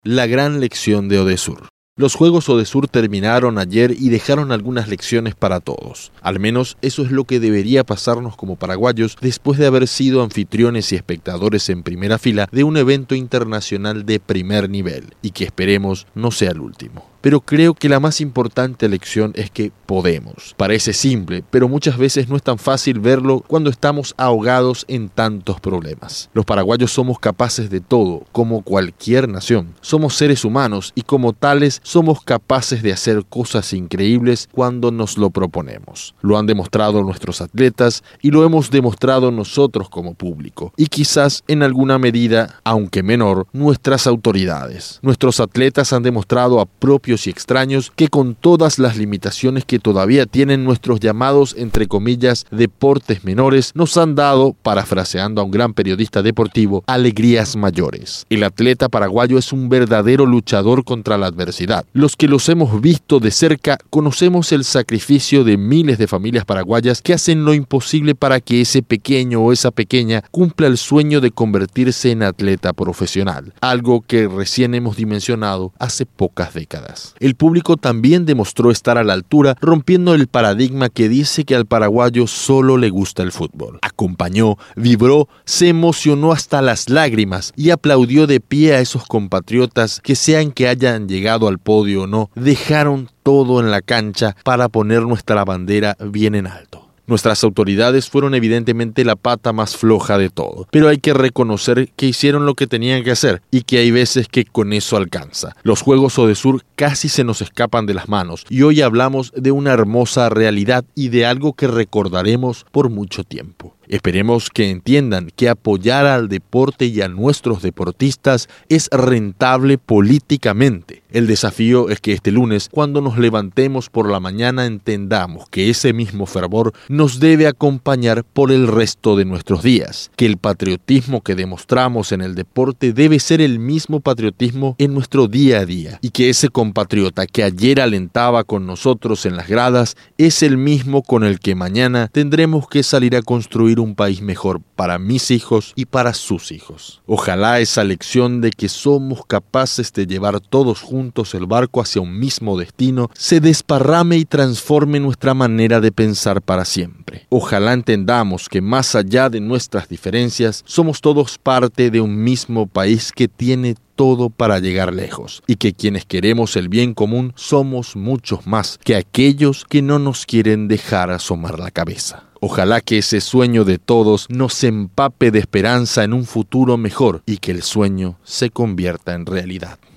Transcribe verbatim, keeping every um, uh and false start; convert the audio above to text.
La gran lección de Odesur. Los Juegos Odesur terminaron ayer y dejaron algunas lecciones para todos. Al menos eso es lo que debería pasarnos como paraguayos después de haber sido anfitriones y espectadores en primera fila de un evento internacional de primer nivel, y que esperemos no sea el último. Pero creo que la más importante lección es que podemos. Parece simple, pero muchas veces no es tan fácil verlo cuando estamos ahogados en tantos problemas. Los paraguayos somos capaces de todo, como cualquier nación. Somos seres humanos y como tales somos capaces de hacer cosas increíbles cuando nos lo proponemos. Lo han demostrado nuestros atletas y lo hemos demostrado nosotros como público. Y quizás en alguna medida, aunque menor, nuestras autoridades. Nuestros atletas han demostrado a propios y extraños que con todas las limitaciones que todavía tienen nuestros llamados entre comillas deportes menores, nos han dado, parafraseando a un gran periodista deportivo, alegrías mayores. El atleta paraguayo es un verdadero luchador contra la adversidad. Los que los hemos visto de cerca conocemos el sacrificio de miles de familias paraguayas que hacen lo imposible para que ese pequeño o esa pequeña cumpla el sueño de convertirse en atleta profesional, algo que recién hemos dimensionado hace pocas décadas. El público también demostró estar a la altura, rompiendo el paradigma que dice que al paraguayo solo le gusta el fútbol. Acompañó, vibró, se emocionó hasta las lágrimas y aplaudió de pie a esos compatriotas que, sean que hayan llegado al podio o no, dejaron todo en la cancha para poner nuestra bandera bien en alto. Nuestras autoridades fueron evidentemente la pata más floja de todo, pero hay que reconocer que hicieron lo que tenían que hacer y que hay veces que con eso alcanza. Los Juegos Odesur casi se nos escapan de las manos y hoy hablamos de una hermosa realidad y de algo que recordaremos por mucho tiempo. Esperemos que entiendan que apoyar al deporte y a nuestros deportistas es rentable políticamente. El desafío es que este lunes, cuando nos levantemos por la mañana, entendamos que ese mismo fervor nos debe acompañar por el resto de nuestros días, que el patriotismo que demostramos en el deporte debe ser el mismo patriotismo en nuestro día a día, y que ese compatriota que ayer alentaba con nosotros en las gradas es el mismo con el que mañana tendremos que salir a construir un país mejor para mis hijos y para sus hijos. Ojalá esa lección de que somos capaces de llevar todos juntos el barco hacia un mismo destino se desparrame y transforme nuestra manera de pensar para siempre. Ojalá entendamos que más allá de nuestras diferencias, somos todos parte de un mismo país que tiene todo para llegar lejos, y que quienes queremos el bien común somos muchos más que aquellos que no nos quieren dejar asomar la cabeza. Ojalá que ese sueño de todos nos empape de esperanza en un futuro mejor y que el sueño se convierta en realidad.